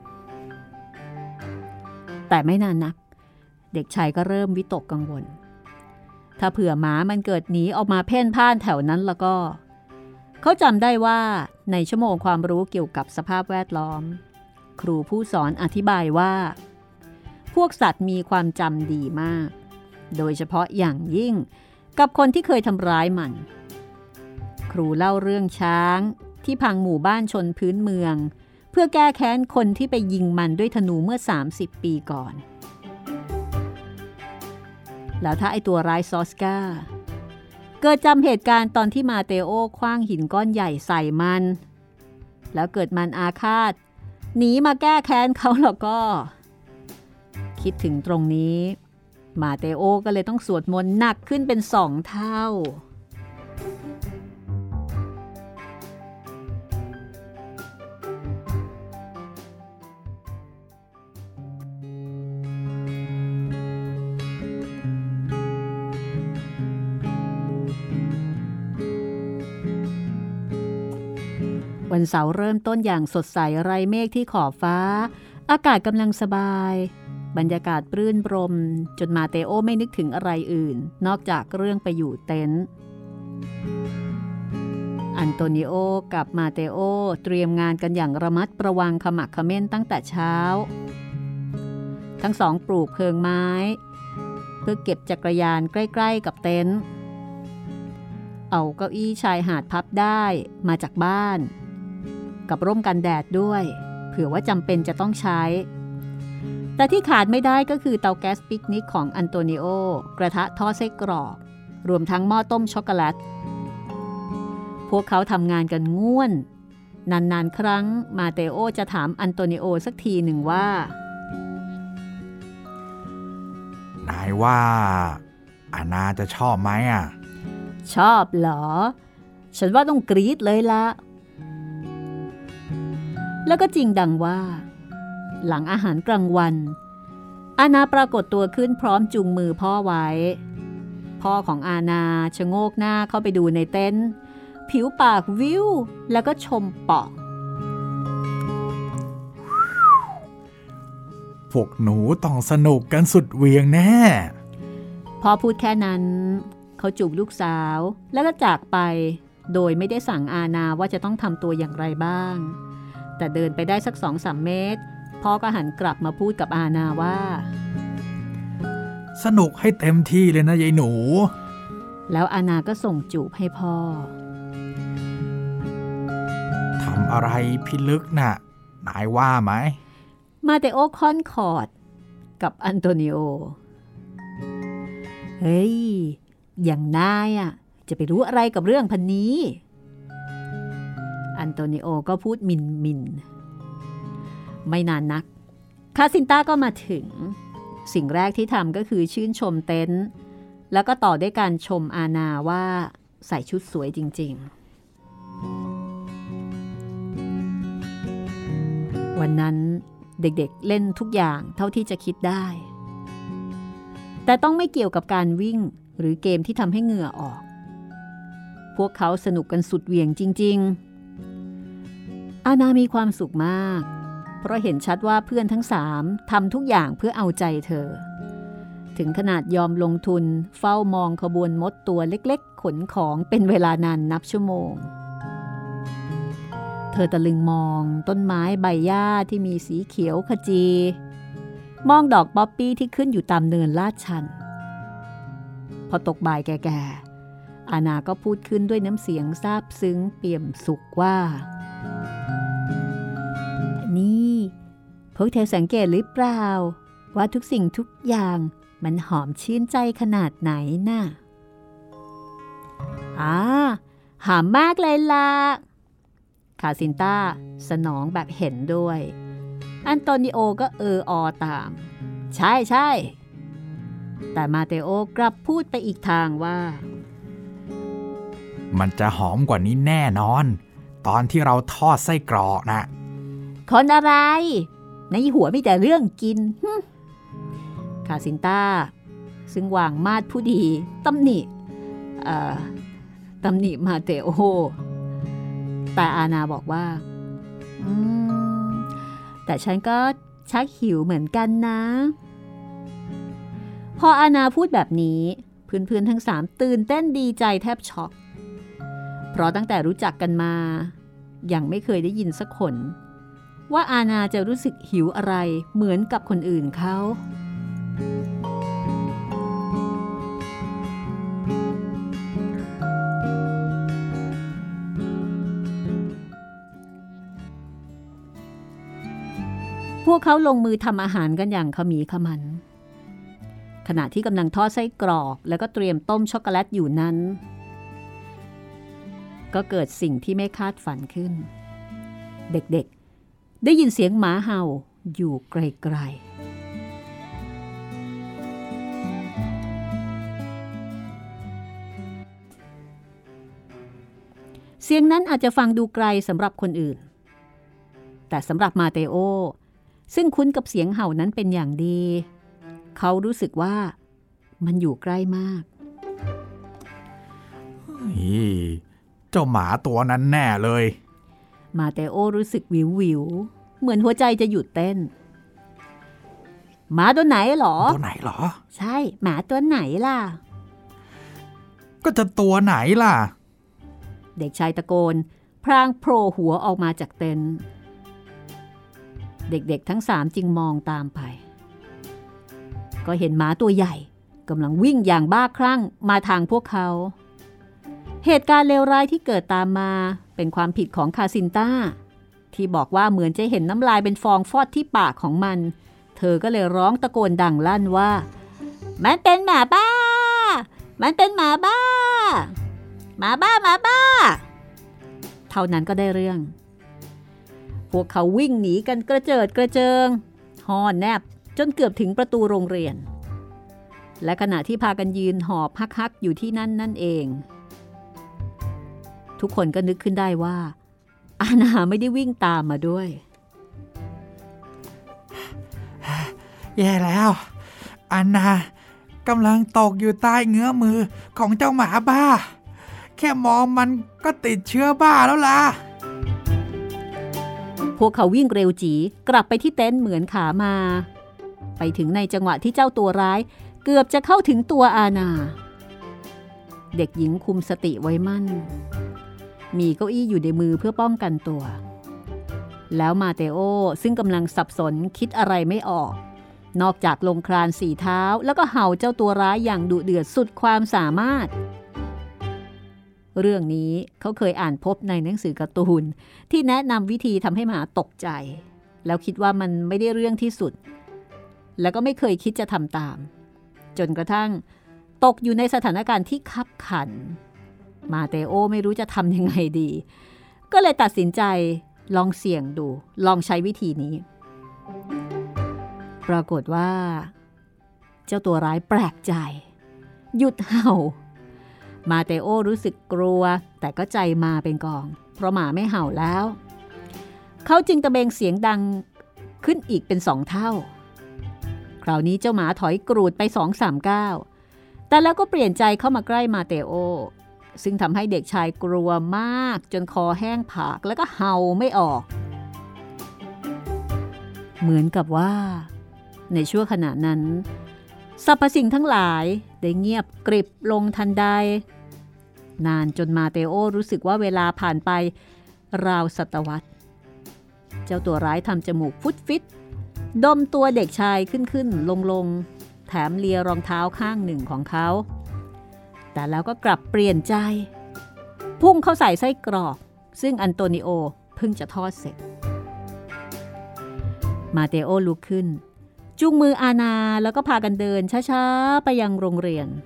แต่ไม่นานนักเด็กชายก็เริ่มวิตกกังวลถ้าเผื่อหมามันเกิดหนีออกมาเพ่นพ่านแถวนั้นแล้วก็เขาจำได้ว่าในชั่วโมงความรู้เกี่ยวกับสภาพแวดล้อมครูผู้สอนอธิบายว่าพวกสัตว์มีความจำดีมากโดยเฉพาะอย่างยิ่งกับคนที่เคยทำร้ายมันครูเล่าเรื่องช้างที่พังหมู่บ้านชนพื้นเมืองเพื่อแก้แค้นคนที่ไปยิงมันด้วยธนูเมื่อสามสิบปีก่อนแล้วถ้าไอตัวร้ายซอสกาเกิดจำเหตุการณ์ตอนที่มาเตโอคว้างหินก้อนใหญ่ใส่มันแล้วเกิดมันอาฆาตหนีมาแก้แค้นเขาแล้วก็คิดถึงตรงนี้มาเตโอก็เลยต้องสวดมนต์หนักขึ้นเป็นสองเท่าวันเสาร์เริ่มต้นอย่างสดใสไร้เมฆที่ขอบฟ้าอากาศกำลังสบายบรรยากาศปรื่นปรมจนมาเตโอไม่นึกถึงอะไรอื่นนอกจากเรื่องไปอยู่เต็นท์อันโตนิโอกับมาเตโอเตรียมงานกันอย่างระมัดระวังขมักเขม้นตั้งแต่เช้าทั้งสองปลูกเพิงไม้เพื่อเก็บจักรยานใกล้ๆกับเต็นท์เอาเก้าอี้ชายหาดพับได้มาจากบ้านกับร่มกันแดดด้วยเผื่อว่าจำเป็นจะต้องใช้แต่ที่ขาดไม่ได้ก็คือเตาแก๊สปิกนิกของอันโตนิโอกระทะทอดไส้กรอกรวมทั้งหม้อต้มช็อกโกแลตพวกเขาทำงานกันง่วนนานๆครั้งมาเตโอจะถามอันโตนิโอสักทีหนึ่งว่านายว่าอาณาจะชอบไหมอ่ะชอบเหรอฉันว่าต้องกรี๊ดเลยละแล้วก็จริงดังว่าหลังอาหารกลางวันอาณาปรากฏตัวขึ้นพร้อมจูงมือพ่อไว้พ่อของอาณาชะโงกหน้าเข้าไปดูในเต็นท์ผิวปากวิวแล้วก็ชมปอกพวกหนูต้องสนุกกันสุดเวียงแน่พ่อพูดแค่นั้นเขาจูบลูกสาวแล้วก็จากไปโดยไม่ได้สั่งอาณาว่าจะต้องทำตัวอย่างไรบ้างแต่เดินไปได้สัก สองสาม เมตรพ่อก็หันกลับมาพูดกับอาณาว่าสนุกให้เต็มที่เลยนะยายหนูแล้วอาณาก็ส่งจูบให้พ่อทำอะไรพิลึกน่ะนายว่าไหมมาเตโอคอนคอร์ดกับอันโตนิโอเฮ้ยอย่างนายอ่ะจะไปรู้อะไรกับเรื่องพันนี้อันโตนิโอก็พูดมินมินไม่นานนักคาซินต้าก็มาถึงสิ่งแรกที่ทำก็คือชื่นชมเต็นท์แล้วก็ต่อด้วยการชมอาณาว่าใส่ชุดสวยจริงๆวันนั้นเด็กๆเล่นทุกอย่างเท่าที่จะคิดได้แต่ต้องไม่เกี่ยวกับการวิ่งหรือเกมที่ทำให้เหงื่อออกพวกเขาสนุกกันสุดเหวี่ยงจริงๆอาณามีความสุขมากเพราะเห็นชัดว่าเพื่อนทั้งสามทำทุกอย่างเพื่อเอาใจเธอถึงขนาดยอมลงทุนเฝ้ามองขบวนมดตัวเล็กๆขนของเป็นเวลานานนับชั่วโมงเธอตะลึงมองต้นไม้ใบหญ้าที่มีสีเขียวขจีมองดอกป๊อปปี้ที่ขึ้นอยู่ตามเนินลาดชันพอตกบ่ายแก่ๆอาณาก็พูดขึ้นด้วยน้ำเสียงซาบซึ้งเปี่ยมสุขว่านี่พวกเธอสังเกตหรือเปล่าว่าทุกสิ่งทุกอย่างมันหอมชื่นใจขนาดไหนน่ะอ่าหอมมากเลยล่ะคาซินต้าสนองแบบเห็นด้วยอันโตนิโอก็เออออตามใช่ใช่แต่มาเตโอกลับพูดไปอีกทางว่ามันจะหอมกว่านี้แน่นอนตอนที่เราทอดไส้กรอกนะคนอะไรในหัวมีแต่เรื่องกินคาซินต้าซึ่งวางมาดผู้ดีตำหนิเอ่อตำหนิมาเตโอแต่อาณาบอกว่าอืมแต่ฉันก็ชักหิวเหมือนกันนะพออาณาพูดแบบนี้เพื่อนๆทั้งสามตื่นเต้นดีใจแทบช็อกเพราะตั้งแต่รู้จักกันมายังไม่เคยได้ยินสักคนว่าอาณาจะรู้สึกหิวอะไรเหมือนกับคนอื่นเขาพวกเขาลงมือทำอาหารกันอย่างขมีขมันขณะที่กำลังทอดไส้กรอกแล้วก็เตรียมต้มช็อกโกแลตอยู่นั้นก็เกิดสิ่งที่ไม่คาดฝันขึ้นเด็กๆได้ยินเสียงหมาเห่าอยู่ไกลๆเสียงนั้นอาจจะฟังดูไกลสำหรับคนอื่นแต่สำหรับมาเตโอซึ่งคุ้นกับเสียงเห่านั้นเป็นอย่างดีเขารู้สึกว่ามันอยู่ใกล้มากเจ้าหมาตัวนั้นแน่เลยมาเตโอรู้สึกวิววิวเหมือนหัวใจจะหยุดเต้นหมาตัวไหนหรอตัวไหนหรอใช่หมาตัวไหนล่ะก็จะตัวไหนล่ะเด็กชายตะโกนพรางโผล่หัวออกมาจากเต็นท์เด็กๆทั้งสามจึงมองตามไปก็เห็นหมาตัวใหญ่กำลังวิ่งอย่างบ้าคลั่งมาทางพวกเขาเหตุการณ์เลวร้ายที่เกิดตามมาเป็นความผิดของคาซินต้าที่บอกว่าเหมือนจะเห็นน้ำลายเป็นฟองฟอดที่ปากของมันเธอก็เลยร้องตะโกนดังลั่นว่ามันเป็นหมาบ้ามันเป็นหมาบ้าหมาบ้าหมาบ้าเท่านั้นก็ได้เรื่องพวกเขาวิ่งหนีกันกระเจิดกระเจิงห่อแนบจนเกือบถึงประตูโรงเรียนและขณะที่พากันยืนหอบฮักๆอยู่ที่นั่นนั่นเองทุกคนก็นึกขึ้นได้ว่าอาณาไม่ได้วิ่งตามมาด้วยแย่แล้วอาณากำลังตกอยู่ใต้เงื้อมือของเจ้าหมาบ้าแค่มองมันก็ติดเชื้อบ้าแล้วล่ะพวกเขาวิ่งเร็วจีกลับไปที่เต็นท์เหมือนขามาไปถึงในจังหวะที่เจ้าตัวร้ายเกือบจะเข้าถึงตัวอาณาเด็กหญิงคุมสติไว้มั่นมีเก้าอี้อยู่ในมือเพื่อป้องกันตัวแล้วมาเตโอซึ่งกำลังสับสนคิดอะไรไม่ออกนอกจากลงคลานสี่เท้าแล้วก็เห่าเจ้าตัวร้ายอย่างดุเดือดสุดความสามารถเรื่องนี้เขาเคยอ่านพบในหนังสือการ์ตูนที่แนะนำวิธีทำให้หมาตกใจแล้วคิดว่ามันไม่ได้เรื่องที่สุดแล้วก็ไม่เคยคิดจะทำตามจนกระทั่งตกอยู่ในสถานการณ์ที่คับขันมาเตโอไม่รู้จะทำยังไงดีก็เลยตัดสินใจลองเสี่ยงดูลองใช้วิธีนี้ปรากฏว่าเจ้าตัวร้ายแปลกใจหยุดเห่ามาเตโอรู้สึกกลัวแต่ก็ใจมาเป็นกองเพราะหมาไม่เห่าแล้วเขาจึงตะเบงเสียงดังขึ้นอีกเป็นสองเท่าคราวนี้เจ้าหมาถอยกรูดไป สองสาม ก้าวแต่แล้วก็เปลี่ยนใจเข้ามาใกล้มาเตโอซึ่งทำให้เด็กชายกลัวมากจนคอแห้งผากแล้วก็เห่าไม่ออกเหมือนกับว่าในชั่วขณะนั้นสรรพสิ่งทั้งหลายได้เงียบกริบลงทันใดนานจนมาเตโอรู้สึกว่าเวลาผ่านไปราวศตวรรษเจ้าตัวร้ายทำจมูกฟุดฟิตดมตัวเด็กชายขึ้นขึ้นลงลงแถมเลียรองเท้าข้างหนึ่งของเขาแต่แล้วก็กลับเปลี่ยนใจพุ่งเข้าใส่ไส้กรอกซึ่งอันโตนิโอเพิ่งจะทอดเสร็จมาเตโอลุกขึ้นจูงมืออานาแล้วก็พากันเดินช้าๆไปยังโรงเรียน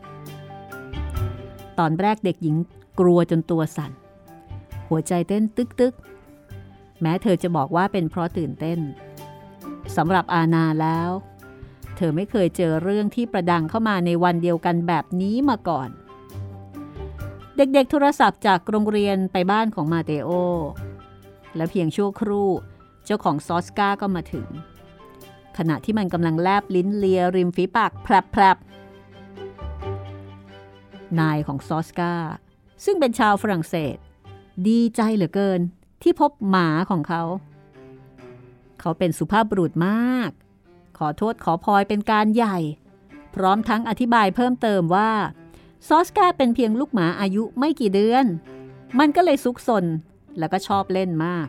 ตอนแรกเด็กหญิงกลัวจนตัวสั่นหัวใจเต้นตึกๆแม้เธอจะบอกว่าเป็นเพราะตื่นเต้นสำหรับอานาแล้วเธอไม่เคยเจอเรื่องที่ประดังเข้ามาในวันเดียวกันแบบนี้มาก่อนเด็กๆโทรศัพท์จากโรงเรียนไปบ้านของมาเตโอและเพียงชั่วครู่เจ้าของซอสกาก็มาถึงขณะที่มันกำลังแลบลิ้นเลียริมฝีปากแผลบๆนายของซอสกาซึ่งเป็นชาวฝรั่งเศสดีใจเหลือเกินที่พบหมาของเขาเขาเป็นสุภาพบุรุษมากขอโทษขอพอยเป็นการใหญ่พร้อมทั้งอธิบายเพิ่มเติมว่าซอสกาเป็นเพียงลูกหมาอายุไม่กี่เดือนมันก็เลยซุกซนแล้วก็ชอบเล่นมาก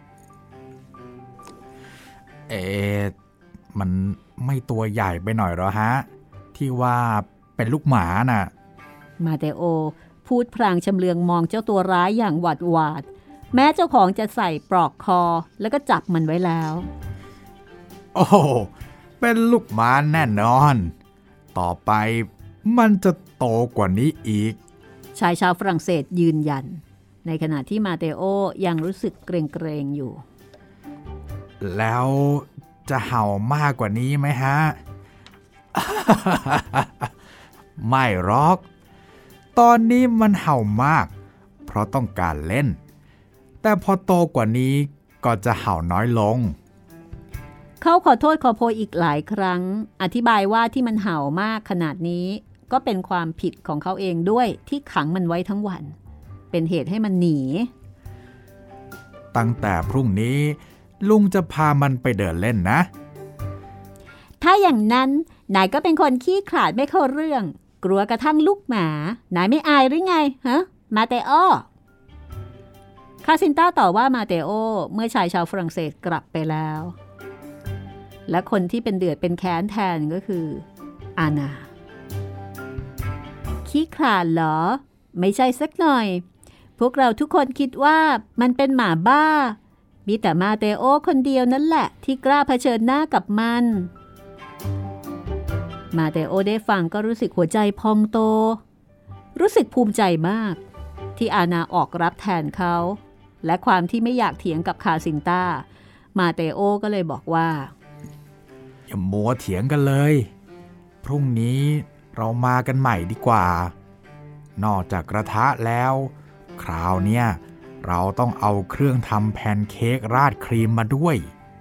เอ๊ะมันไม่ตัวใหญ่ไปหน่อยหรอฮะที่ว่าเป็นลูกหมาน่ะมาเตโอพูดพลางชำเลืองมองเจ้าตัวร้ายอย่างหวาดหวาดแม้เจ้าของจะใส่ปลอกคอแล้วก็จับมันไว้แล้วโอ้เป็นลูกหมาแน่นอนต่อไปมันจะโตกว่านี้อีกชายชาวฝรั่งเศสยืนยันในขณะที่มาเตโอยังรู้สึกเกรงๆอยู่แล้วจะเห่ามากกว่านี้ไหมฮะ ไม่หรอกตอนนี้มันเห่ามากเพราะต้องการเล่นแต่พอโตกว่านี้ก็จะเห่าน้อยลงเขาขอโทษขอโพยอีกหลายครั้งอธิบายว่าที่มันเห่ามากขนาดนี้ก็เป็นความผิดของเขาเองด้วยที่ขังมันไว้ทั้งวันเป็นเหตุให้มันหนีตั้งแต่พรุ่งนี้ลุงจะพามันไปเดินเล่นนะถ้าอย่างนั้นนายก็เป็นคนขี้ขลาดไม่เข้าเรื่องกลัวกระทั่งลูกหมานายไม่อายหรือไงฮะมาเตโอคาซินต้าต่อว่ามาเตโอเมื่อชายชาวฝรั่งเศสกลับไปแล้วและคนที่เป็นเดือดเป็นแค้นแทนก็คืออานาขี้ขลาดเหรอไม่ใช่สักหน่อยพวกเราทุกคนคิดว่ามันเป็นหมาบ้ามีแต่มาเตโอคนเดียวนั่นแหละที่กล้าเผชิญหน้ากับมันมาเตโอได้ฟังก็รู้สึกหัวใจพองโตรู้สึกภูมิใจมากที่อานาออกรับแทนเขาและความที่ไม่อยากเถียงกับคาซินต้ามาเตโอก็เลยบอกว่าอย่ามัวเถียงกันเลยพรุ่งนี้เรามากันใหม่ดีกว่านอกจากกระทะแล้วคราวเนี้ยเราต้องเอาเครื่องทำแพนเค้กราดครีมมาด้วย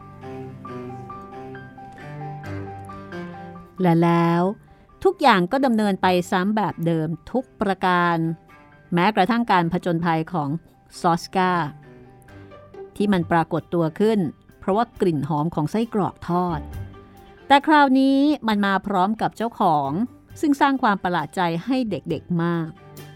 และแล้วทุกอย่างก็ดำเนินไปซ้ำแบบเดิมทุกประการแม้กระทั่งการผจญภัยของซอสกาที่มันปรากฏตัวขึ้นเพราะว่ากลิ่นหอมของไส้กรอกทอดแต่คราวนี้มันมาพร้อมกับเจ้าของซึ่งสร้างความประหลาดใจให้เด็กๆมาก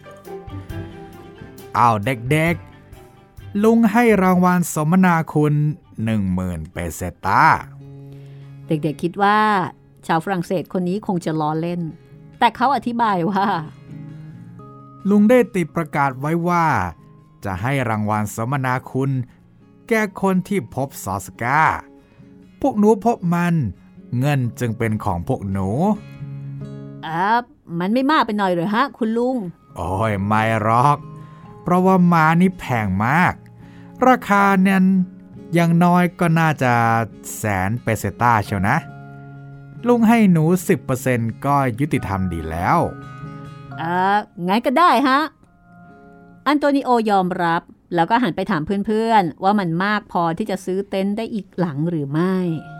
อ้าวเด็กๆลุงให้รางวัลสมนาคุณหนึ่งหมื่นเปเซตาเด็กๆคิดว่าชาวฝรั่งเศสคนนี้คงจะล้อเล่นแต่เขาอธิบายว่าลุงได้ติดประกาศไว้ว่าจะให้รางวัลสมนาคุณแก่คนที่พบซอสกาพวกหนูพบมันเงินจึงเป็นของพวกหนูอ่ามันไม่มากไปหน่อยหรือฮะคุณลุงโอ้ยไม่หรอกเพราะว่าม้านี่แพงมากราคาเนี่ยอย่างน้อยก็น่าจะแสนเปเซต้าเชียวนะลุงให้หนู สิบเปอร์เซ็นต์ ก็ยุติธรรมดีแล้วอ่างั้นก็ได้ฮะอันโตนิโอยอมรับแล้วก็หันไปถามเพื่อนๆว่ามันมากพอที่จะซื้อเต็นท์ได้อีกหลังหรือไม่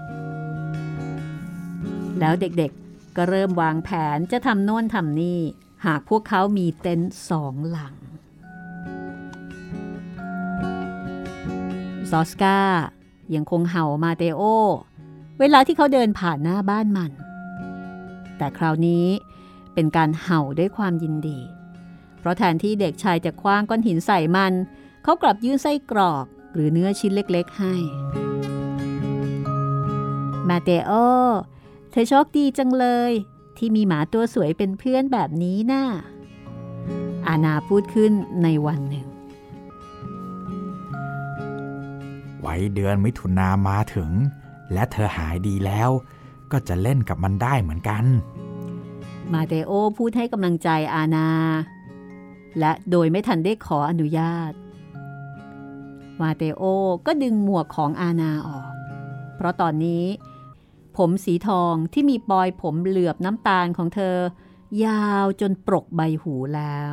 แล้วเด็กๆก็เริ่มวางแผนจะทำโน่นทำนี่หากพวกเขามีเต็นท์สองหลังซอสกายังคงเห่ามาเตโอเวลาที่เขาเดินผ่านหน้าบ้านมันแต่คราวนี้เป็นการเห่าด้วยความยินดีเพราะแทนที่เด็กชายจะคว้างก้อนหินใส่มันเขากลับยื่นไส้กรอกหรือเนื้อชิ้นเล็กๆให้มาเตโอเธอโชคดีจังเลยที่มีหมาตัวสวยเป็นเพื่อนแบบนี้น่ะอานาพูดขึ้นในวันหนึ่งไว้เดือนมิถุนามาถึงและเธอหายดีแล้วก็จะเล่นกับมันได้เหมือนกันมาเตโอพูดให้กำลังใจอานาและโดยไม่ทันได้ขออนุญาตมาเตโอก็ดึงหมวกของอานาออกเพราะตอนนี้ผมสีทองที่มีปลอยผมเหลือบน้ำตาลของเธอยาวจนปรกใบหูแล้ว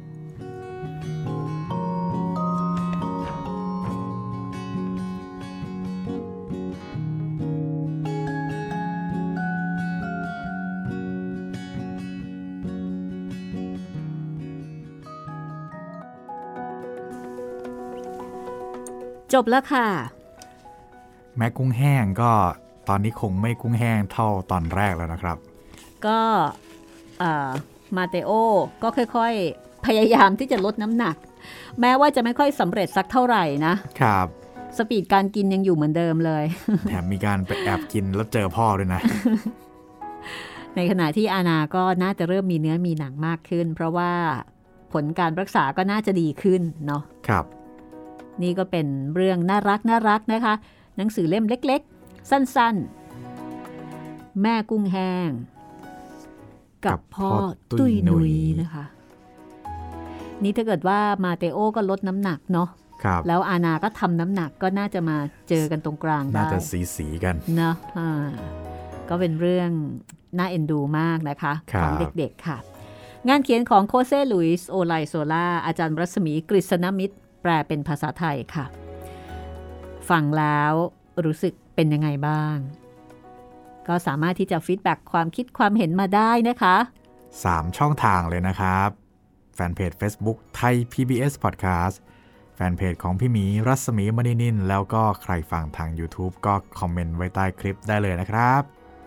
จบแล้วค่ะแม้กุ้งแห้งก็ตอนนี้คงไม่กุ้งแห้งเท่าตอนแรกแล้วนะครับก็มาเตโอก็ค่อยๆพยายามที่จะลดน้ำหนักแม้ว่าจะไม่ค่อยสำเร็จสักเท่าไหร่นะครับสปีดการกินยังอยู่เหมือนเดิมเลยแถมมีการไปแอบกินแล้วเจอพ่อด้วยนะในขณะที่อานาก็น่าจะเริ่มมีเนื้อมีหนังมากขึ้นเพราะว่าผลการรักษาก็น่าจะดีขึ้นเนาะครับนี่ก็เป็นเรื่องน่ารักน่ารักนะคะหนังสือเล่มเล็กๆสั้นๆแม่กุ้งแห้งกับพ่อตุ้ยนุยนะคะนี่ถ้าเกิดว่ามาเตโอก็ลดน้ำหนักเนาะแล้วอานาก็ทำน้ำหนักก็น่าจะมาเจอกันตรงกลางได้น่าจะสีสีกันเนาะก็เป็นเรื่องน่าเอ็นดูมากนะคะของเด็กๆค่ะงานเขียนของโคเซลุยส์โอไลโซล่าอาจารย์รัศมีกฤษณมิตรแปลเป็นภาษาไทยค่ะฟังแล้วรู้สึกเป็นยังไงบ้างก็สามารถที่จะฟีดแบ็กความคิดความเห็นมาได้นะคะสามช่องทางเลยนะครับแฟนเพจ Facebook ไทย พี บี เอส Podcast แฟนเพจของพี่หมีรัศมีมณีนินแล้วก็ใครฟังทาง YouTube ก็คอมเมนต์ไว้ใต้คลิปได้เลยนะครับ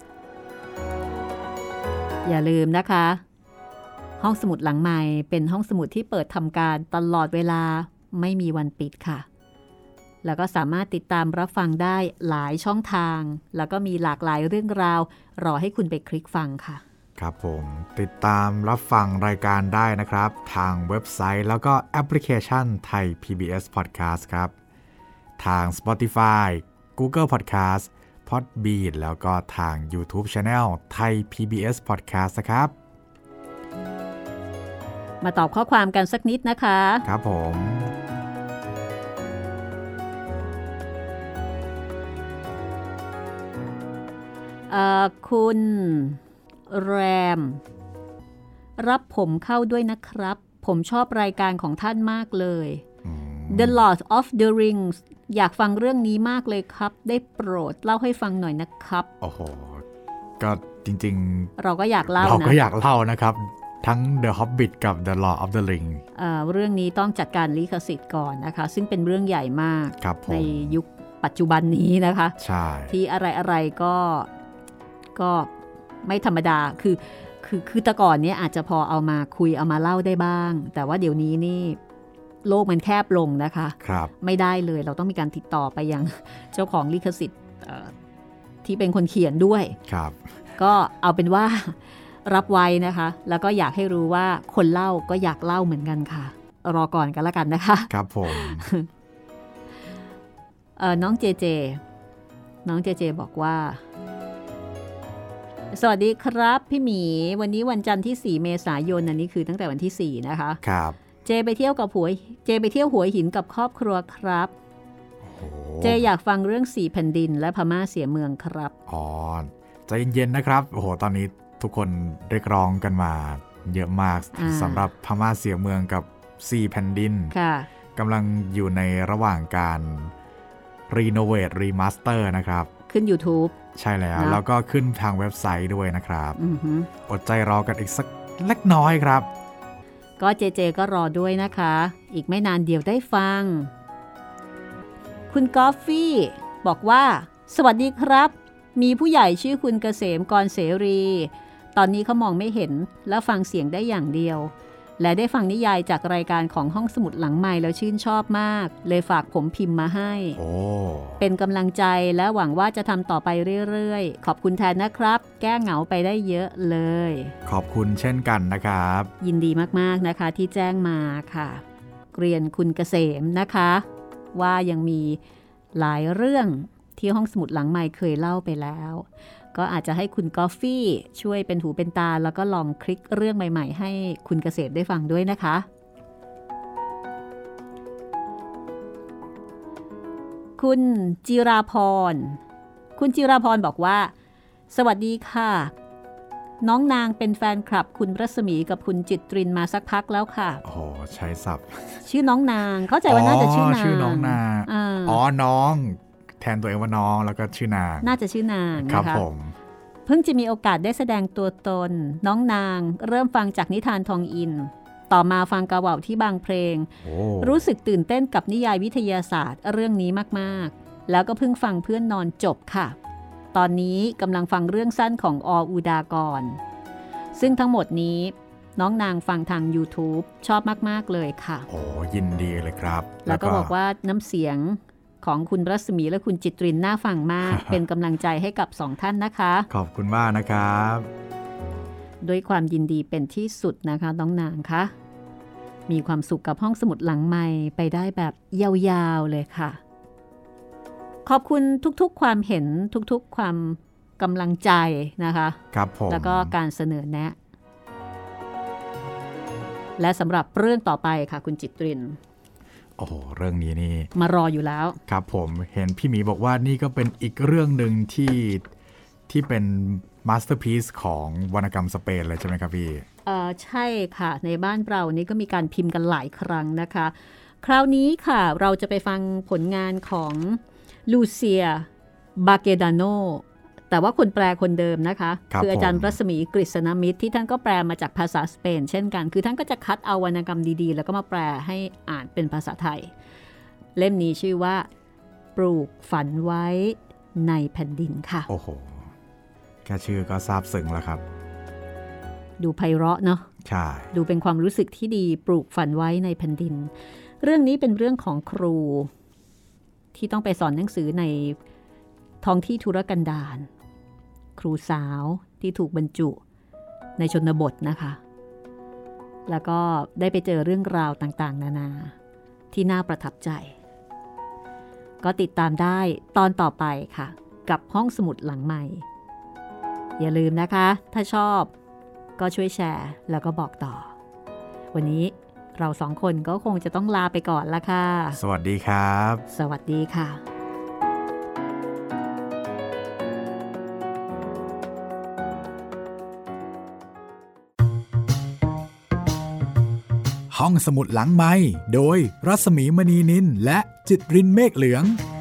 อย่าลืมนะคะห้องสมุดหลังใหม่เป็นห้องสมุดที่เปิดทำการตลอดเวลาไม่มีวันปิดค่ะแล้วก็สามารถติดตามรับฟังได้หลายช่องทางแล้วก็มีหลากหลายเรื่องราวรอให้คุณไปคลิกฟังค่ะครับผมติดตามรับฟังรายการได้นะครับทางเว็บไซต์แล้วก็แอปพลิเคชันไทย พี บี เอส Podcast ครับทาง Spotify Google Podcast Podbean แล้วก็ทาง YouTube Channel ไทย พี บี เอส Podcast นะครับมาตอบข้อความกันสักนิดนะคะครับผมคุณแรมรับผมเข้าด้วยนะครับผมชอบรายการของท่านมากเลย The Lord of the Rings อยากฟังเรื่องนี้มากเลยครับได้โปรดเล่าให้ฟังหน่อยนะครับโอ้โหก็จริงๆเราก็อยากเล่านะเราก็อยากเล่านะครับทั้ง The Hobbit กับ The Lord of the Ring เอ่อเรื่องนี้ต้องจัดการลิขสิทธิ์ก่อนนะคะซึ่งเป็นเรื่องใหญ่มากในยุคปัจจุบันนี้นะคะใช่ที่อะไรๆก็ก็ไม่ธรรมดาคือคือคือแต่ก่อนเนี้ยอาจจะพอเอามาคุยเอามาเล่าได้บ้างแต่ว่าเดี๋ยวนี้นี่โลกมันแคบลงนะคะครับไม่ได้เลยเราต้องมีการติดต่อไปยังเจ้าของลิขสิทธิ์ที่เป็นคนเขียนด้วยครับก็เอาเป็นว่ารับไว้นะคะแล้วก็อยากให้รู้ว่าคนเล่าก็อยากเล่าเหมือนกันค่ะรอก่อนกันละกันนะคะครับผมเอ่อน้องเจเจน้องเจเจบอกว่าสวัสดีครับพี่หมีวันนี้วันจันทร์ที่สี่เมษายนอันนี้คือตั้งแต่วันที่สี่นะคะครับเจไปเที่ยวกับหัวเจไปเที่ยวหัวหินกับครอบครัวครับเจอยากฟังเรื่องสี่แผ่นดินและพม่าเสียเมืองครับอ๋อใจเย็นๆนะครับโอ้โหตอนนี้ทุกคนเรียกร้องกันมาเยอะมากสำหรับพม่าเสียเมืองกับสี่แผ่นดินกำลังอยู่ในระหว่างการรีโนเวทรีมาสเตอร์นะครับขึ้น YouTube ใช่แล้วแล้วก็ขึ้นทางเว็บไซต์ด้วยนะครับอดใจรอกันอีกสักเล็กน้อยครับก็เจเจก็รอด้วยนะคะอีกไม่นานเดียวได้ฟังคุณกอฟฟี่บอกว่าสวัสดีครับมีผู้ใหญ่ชื่อคุณเกษมกรเสรีตอนนี้เขามองไม่เห็นและฟังเสียงได้อย่างเดียวและได้ฟังนิยายจากรายการของห้องสมุดหลังไมค์แล้วชื่นชอบมากเลยฝากผมพิมพ์มาให้เป็นกำลังใจและหวังว่าจะทำต่อไปเรื่อยๆขอบคุณแทนนะครับแก้เหงาไปได้เยอะเลยขอบคุณเช่นกันนะครับยินดีมากๆนะคะที่แจ้งมาค่ะเรียนคุณเกษมนะคะว่ายังมีหลายเรื่องที่ห้องสมุดหลังไมค์เคยเล่าไปแล้วก็อาจจะให้คุณกอฟฟี่ช่วยเป็นหูเป็นตาแล้วก็ลองคลิกเรื่องใหม่ๆให้คุณเกษมได้ฟังด้วยนะคะคุณจิราพรคุณจิราพรบอกว่าสวัสดีค่ะน้องนางเป็นแฟนคลับคุณรัศมีกับคุณจิตรินมาสักพักแล้วค่ะโอ้ใช้ศัพท์ชื่อน้องนางเข้าใจว่าน่าจะชื่อนางชื่อน้องนางอ๋อน้องแทนตัวเองว่าน้องแล้วก็ชื่อนางน่าจะชื่อนางนะคะครับผมเพิ่งจะมีโอกาสได้แสดงตัวตนน้องนางเริ่มฟังจากนิทานทองอินต่อมาฟังกะเหว่าที่บางเพลงรู้สึกตื่นเต้นกับนิยายวิทยาศาสตร์เรื่องนี้มากๆแล้วก็เพิ่งฟังเพื่อนนอนจบค่ะตอนนี้กำลังฟังเรื่องสั้นของออูดากรซึ่งทั้งหมดนี้น้องนางฟังทาง YouTube ชอบมากๆเลยค่ะโอ้ยินดีเลยครับแล้วก็บอกว่าน้ำเสียงของคุณรัศมีและคุณจิตรินน่าฟังมาก เป็นกำลังใจให้กับสองท่านนะคะขอบคุณมากนะครับด้วยความยินดีเป็นที่สุดนะคะน้องนางคะมีความสุขกับห้องสมุดหลังไมค์ไปได้แบบยาวๆเลยค่ะขอบคุณทุกๆความเห็นทุกๆความกำลังใจนะคะครับผมแล้วก็การเสนอแนะและสำหรับเรื่องต่อไปค่ะคุณจิตรินโอ้โหเรื่องนี้นี่มารออยู่แล้วครับผมเห็นพี่หมีบอกว่านี่ก็เป็นอีกเรื่องหนึ่งที่ที่เป็นมาสเตอร์พีซของวรรณกรรมสเปนเลยใช่ไหมครับพี่เออใช่ค่ะในบ้านเรานี่ก็มีการพิมพ์กันหลายครั้งนะคะคราวนี้ค่ะเราจะไปฟังผลงานของลูเซียบาเกดาโนแต่ว่าคนแปลคนเดิมนะคะ ค, คืออาจารย์รัศมีกฤษณมิตรที่ท่านก็แปลมาจากภาษาสเปนเช่นกันคือท่านก็จะคัดเอาวรรณกรรมดีๆแล้วก็มาแปลให้อ่านเป็นภาษาไทยเล่มนี้ชื่อว่าปลูกฝันไว้ในแผ่นดินค่ะโอ้โหแค่ชื่อก็ซาบซึ้งแล้วครับดูไพเราะเนาะใช่ดูเป็นความรู้สึกที่ดีปลูกฝันไว้ในแผ่นดินเรื่องนี้เป็นเรื่องของครูที่ต้องไปสอนหนังสือในท้องที่ทุรกันดารครูสาวที่ถูกบรรจุในชนบทนะคะแล้วก็ได้ไปเจอเรื่องราวต่างๆนานาที่น่าประทับใจก็ติดตามได้ตอนต่อไปค่ะกับห้องสมุดหลังใหม่อย่าลืมนะคะถ้าชอบก็ช่วยแชร์แล้วก็บอกต่อวันนี้เราสองคนก็คงจะต้องลาไปก่อนละค่ะสวัสดีครับสวัสดีค่ะห้องสมุดหลังไมค์โดยรัศมีมณีนินและจิตรินเมฆเหลือง